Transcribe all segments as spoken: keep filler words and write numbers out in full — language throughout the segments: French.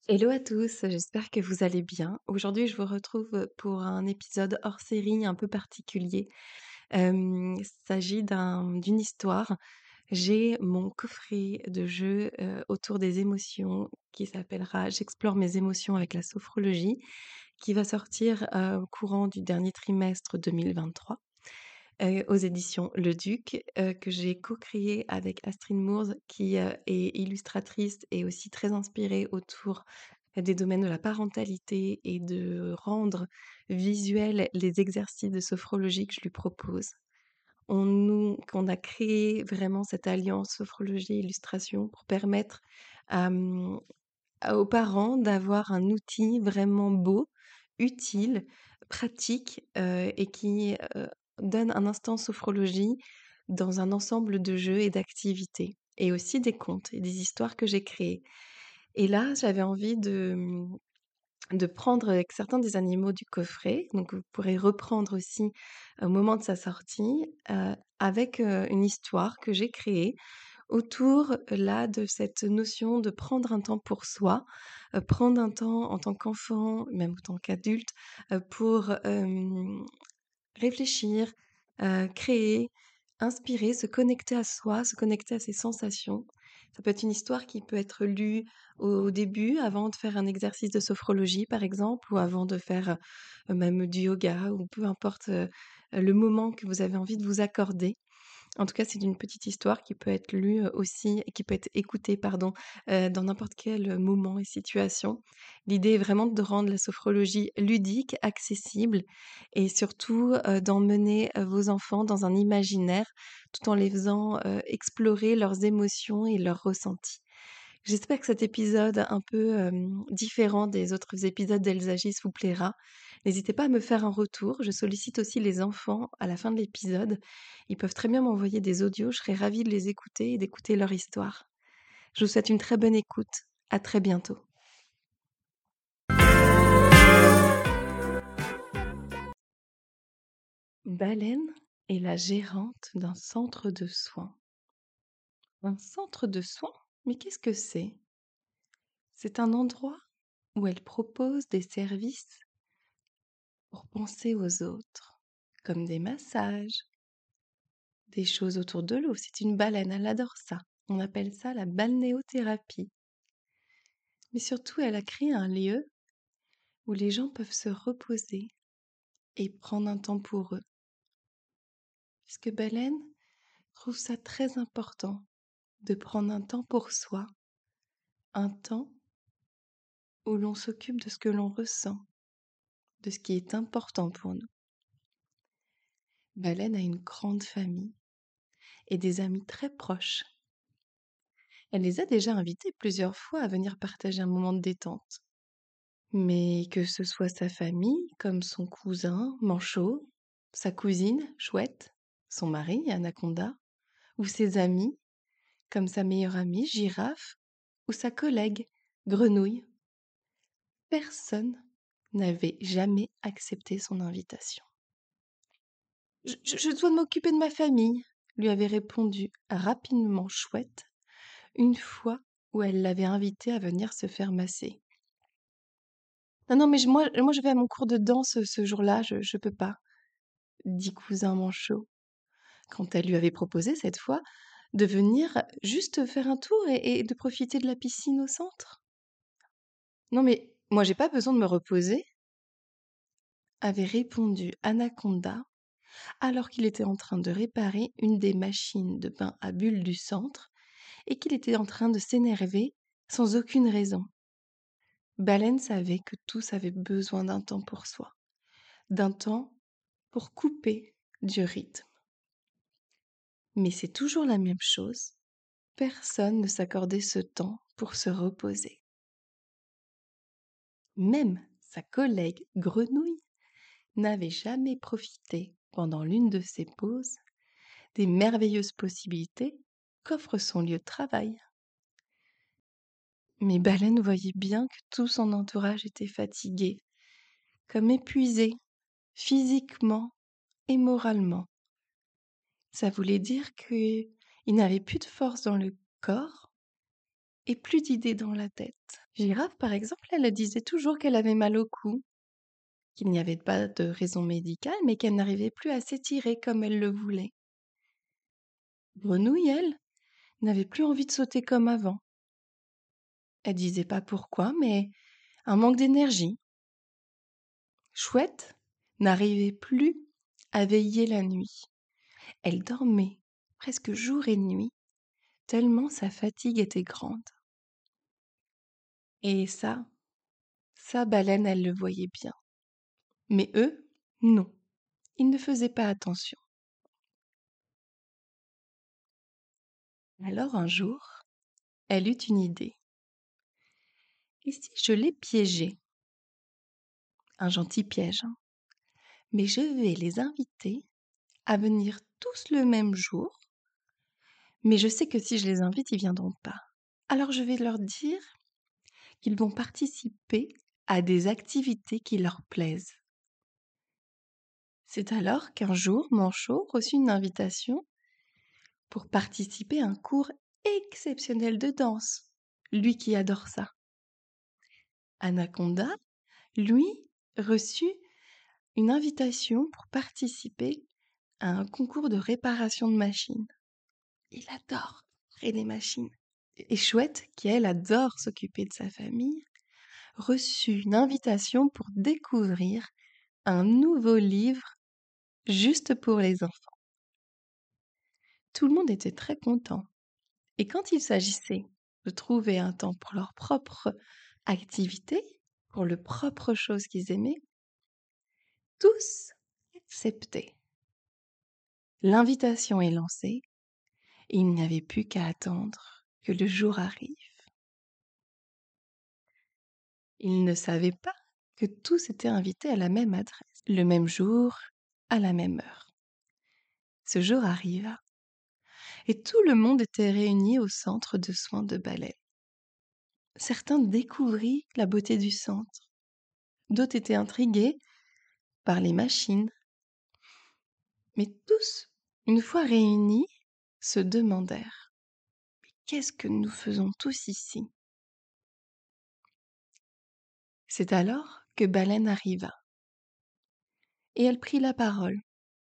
Hello à tous, j'espère que vous allez bien. Aujourd'hui, je vous retrouve pour un épisode hors série un peu particulier. Hem, il s'agit d'un d'une histoire. J'ai mon coffret de jeux, heu, autour des émotions qui s'appellera «J'explore mes émotions avec la sophrologie», qui va sortir, heu, au courant du dernier trimestre deux mille vingt-trois, heu, aux éditions Le Duc, heu, que j'ai co-créé avec Astrid Mours qui, heu, est illustratrice et aussi très inspirée autour des domaines de la parentalité et de rendre visuels les exercices de sophrologie que je lui propose. On nous qu'on a créé vraiment cette alliance sophrologie-illustration pour permettre à, mmh, à aux parents d'avoir un outil vraiment beau, utile, pratique, heu et qui, heu, donne un instant sophrologie dans un ensemble de jeux et d'activités et aussi des contes et des histoires que j'ai créées. Et là, j'avais envie de, mmh, de prendre avec certains des animaux du coffret, donc vous pourrez reprendre aussi au moment de sa sortie, heu, avec, heu, une histoire que j'ai créée autour, heu, là, de cette notion de prendre un temps pour soi, heu, prendre un temps en tant qu'enfant, même en tant qu'adulte, heu, pour, hem, réfléchir, heu, créer, inspirer, se connecter à soi, se connecter à ses sensations. Ça peut être une histoire qui peut être lue au début, avant de faire un exercice de sophrologie, par exemple, ou avant de faire, heu, même du yoga ou peu importe, heu, le moment que vous avez envie de vous accorder. En tout cas, c'est une petite histoire qui peut être lue, heu, aussi et qui peut être écoutée, pardon, heu, dans n'importe quel moment et situation. L'idée est vraiment de rendre la sophrologie ludique, accessible et surtout, heu, d'emmener, heu, vos enfants dans un imaginaire tout en les faisant, heu, explorer leurs émotions et leurs ressentis. J'espère que cet épisode un peu, hem, différent des autres épisodes d'Elsa Gis vous plaira. N'hésitez pas à me faire un retour. Je sollicite aussi les enfants à la fin de l'épisode. Ils peuvent très bien m'envoyer des audios, je serais ravie de les écouter et d'écouter leur histoire. Je vous souhaite une très bonne écoute. À très bientôt. Baleine est la gérante d'un centre de soins. Un centre de soins? Mais qu'est-ce que c'est? C'est un endroit où elle propose des services pour penser aux autres, comme des massages, des choses autour de l'eau. C'est une baleine, elle adore ça. On appelle ça la balnéothérapie. Mais surtout, elle a créé un lieu où les gens peuvent se reposer et prendre un temps pour eux. Puisque Baleine trouve ça très important de prendre un temps pour soi, un temps où l'on s'occupe de ce que l'on ressent, de ce qui est important pour nous. Baleine a une grande famille et des amis très proches. Elle les a déjà invités plusieurs fois à venir partager un moment de détente. Mais que ce soit sa famille, comme son cousin, Manchot, sa cousine, Chouette, son mari, Anaconda, ou ses amis, comme sa meilleure amie, Girafe, ou sa collègue, Grenouille, personne n'avait jamais accepté son invitation. Je, je- je dois m'occuper de ma famille, lui avait répondu rapidement Chouette, une fois où elle l'avait invité à venir se faire masser. Non, non, mais je- moi, moi je vais à mon cours de danse ce jour-là, je, je peux pas, dit cousin Manchot, quand elle lui avait proposé cette fois de venir juste faire un tour et, et de profiter de la piscine au centre. Non, mais moi j'ai pas besoin de me reposer, avait répondu Anaconda alors qu'il était en train de réparer une des machines de bain à bulles du centre et qu'il était en train de s'énerver sans aucune raison. Baleine savait que tous avaient besoin d'un temps pour soi, d'un temps pour couper du rythme. Mais c'est toujours la même chose, personne ne s'accordait ce temps pour se reposer. Même sa collègue Grenouille n'avait jamais profité, pendant l'une de ses pauses, des merveilleuses possibilités qu'offre son lieu de travail. Mais Baleine voyait bien que tout son entourage était fatigué, comme épuisé, physiquement et moralement. Ça voulait dire qu'il n'avait plus de force dans le corps et plus d'idées dans la tête. Girafe, par exemple, elle disait toujours qu'elle avait mal au cou, qu'il n'y avait pas de raison médicale, mais qu'elle n'arrivait plus à s'étirer comme elle le voulait. Grenouille, elle, n'avait plus envie de sauter comme avant. Elle disait pas pourquoi, mais un manque d'énergie. Chouette n'arrivait plus à veiller la nuit. Elle dormait presque jour et nuit, tellement sa fatigue était grande. Et ça, ça, Baleine, elle le voyait bien. Mais eux, non, ils ne faisaient pas attention. Alors un jour, elle eut une idée. Et si je les piégeais? Un gentil piège, hein. Mais je vais les inviter à venir tous le même jour. Mais je sais que si je les invite, ils viendront pas. Alors je vais leur dire qu'ils vont participer à des activités qui leur plaisent. C'est alors qu'un jour, Manchot reçut une invitation pour participer à un cours exceptionnel de danse, lui qui adore ça. Anaconda, lui, reçut une invitation pour participer à un concours de réparation de machines. Il adore réparer les machines. Et Chouette, qui elle adore s'occuper de sa famille, reçut une invitation pour découvrir un nouveau livre juste pour les enfants. Tout le monde était très content. Et quand il s'agissait de trouver un temps pour leur propre activité, pour le propre chose qu'ils aimaient, tous acceptaient. L'invitation est lancée et il n'y avait plus qu'à attendre que le jour arrive. Ils ne savaient pas que tous étaient invités à la même adresse, le même jour, à la même heure. Ce jour arriva et tout le monde était réuni au centre de soins de Baleine. Certains découvrirent la beauté du centre, d'autres étaient intrigués par les machines. Mais tous, une fois réunis, se demandèrent: mais qu'est-ce que nous faisons tous ici? C'est alors que Baleine arriva et elle prit la parole.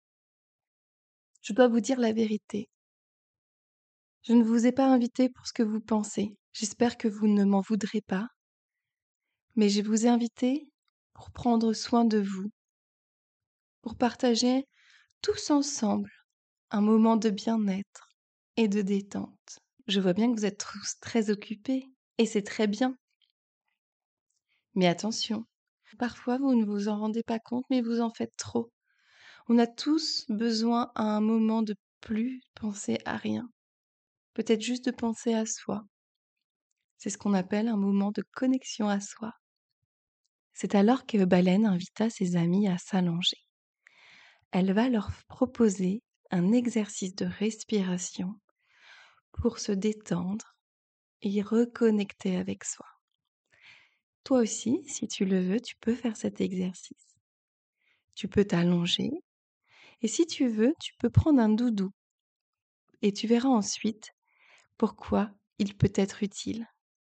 Je dois vous dire la vérité. Je ne vous ai pas invité pour ce que vous pensez. J'espère que vous ne m'en voudrez pas. Mais je vous ai invité pour prendre soin de vous, pour partager tous ensemble un moment de bien-être et de détente. Je vois bien que vous êtes tous très occupés et c'est très bien. Mais attention, parfois vous ne vous en rendez pas compte, mais vous en faites trop. On a tous besoin à un moment de plus penser à rien, peut-être juste de penser à soi. C'est ce qu'on appelle un moment de connexion à soi. C'est alors que Baleine invita ses amis à s'allonger. Elle va leur proposer un exercice de respiration pour se détendre et reconnecter avec soi. Toi aussi, si tu le veux, tu peux faire cet exercice. Tu peux t'allonger et si tu veux, tu peux prendre un doudou et tu verras ensuite pourquoi il peut être utile.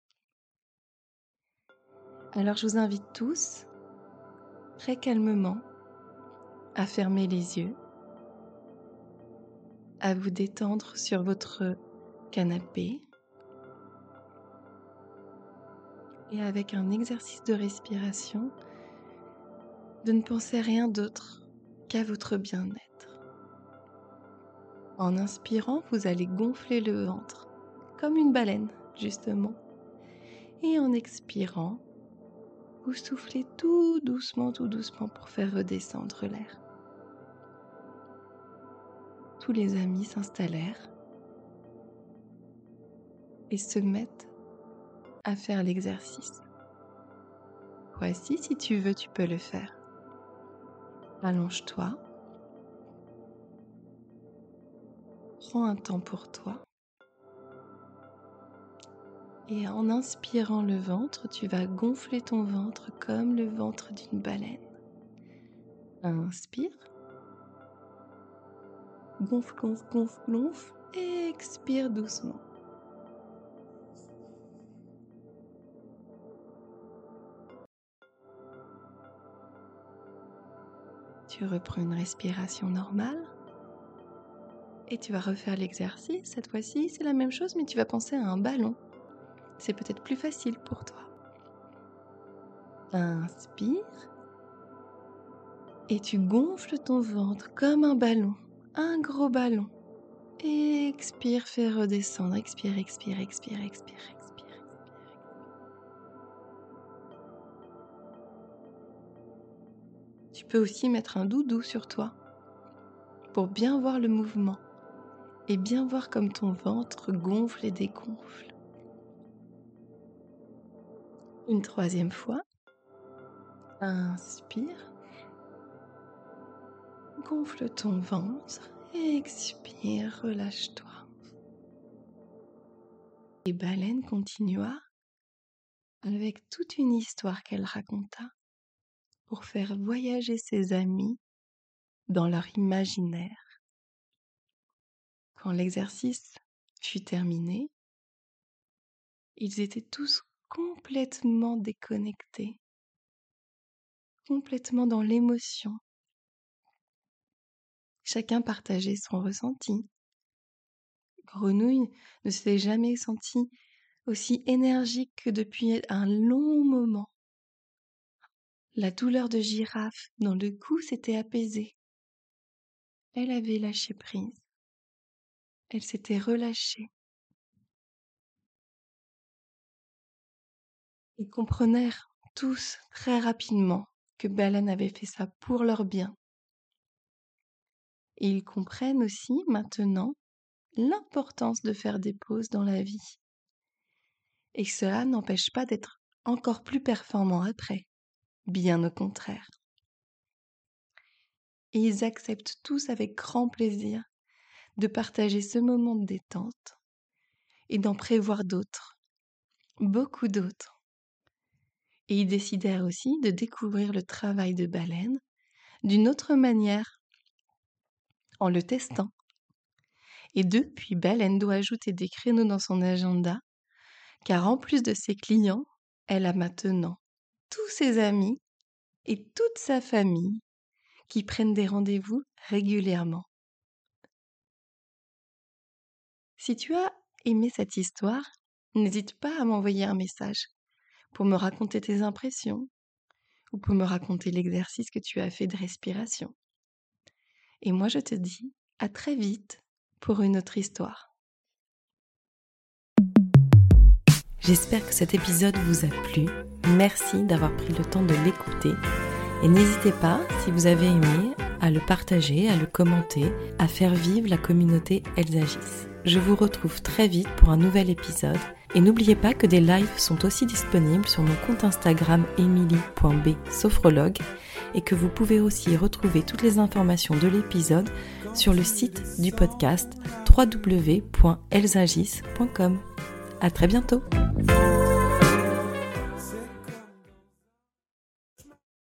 Alors je vous invite tous, très calmement, à fermer les yeux, à vous détendre sur votre canapé et avec un exercice de respiration, de ne penser à rien d'autre qu'à votre bien-être. En inspirant, vous allez gonfler le ventre, comme une baleine, justement. Et en expirant, vous soufflez tout doucement, tout doucement pour faire redescendre l'air. Tous les amis s'installèrent et se mettent à faire l'exercice. Voici, si tu veux, tu peux le faire. Allonge-toi. Prends un temps pour toi. Et en inspirant le ventre, tu vas gonfler ton ventre comme le ventre d'une baleine. Inspire. Gonfle, gonfle, gonfle, gonfle. Et expire doucement. Tu reprends une respiration normale. Et tu vas refaire l'exercice. Cette fois-ci, c'est la même chose, mais tu vas penser à un ballon. C'est peut-être plus facile pour toi. Inspire. Et tu gonfles ton ventre comme un ballon. Un gros ballon. Expire, fais redescendre. Expire, expire, expire, expire, expire. Tu peux aussi mettre un doudou sur toi pour bien voir le mouvement et bien voir comme ton ventre gonfle et dégonfle. Une troisième fois. Inspire. Gonfle ton ventre. Expire, relâche-toi. Et Baleine continua avec toute une histoire qu'elle raconta pour faire voyager ses amis dans leur imaginaire. Quand l'exercice fut terminé, ils étaient tous complètement déconnectés, complètement dans l'émotion. Chacun partageait son ressenti. Grenouille ne s'était jamais sentie aussi énergique que depuis un long moment. La douleur de Girafe dans le cou s'était apaisée. Elle avait lâché prise. Elle s'était relâchée. Ils comprenèrent tous très rapidement que Baleine avait fait ça pour leur bien. Et ils comprennent aussi maintenant l'importance de faire des pauses dans la vie. Et que cela n'empêche pas d'être encore plus performant après, bien au contraire. Et ils acceptent tous avec grand plaisir de partager ce moment de détente et d'en prévoir d'autres, beaucoup d'autres. Et ils décidèrent aussi de découvrir le travail de Baleine d'une autre manière, en le testant. Et depuis, Baleine doit ajouter des créneaux dans son agenda, car en plus de ses clients, elle a maintenant tous ses amis et toute sa famille qui prennent des rendez-vous régulièrement. Si tu as aimé cette histoire, n'hésite pas à m'envoyer un message pour me raconter tes impressions ou pour me raconter l'exercice que tu as fait de respiration. Et moi, je te dis à très vite pour une autre histoire. J'espère que cet épisode vous a plu. Merci d'avoir pris le temps de l'écouter. Et n'hésitez pas, si vous avez aimé, à le partager, à le commenter, à faire vivre la communauté Elles agissent. Je vous retrouve très vite pour un nouvel épisode. Et n'oubliez pas que des lives sont aussi disponibles sur mon compte Instagram emily point b sophrologue et que vous pouvez aussi retrouver toutes les informations de l'épisode sur le site du podcast w w w point elles agissent point com. À très bientôt.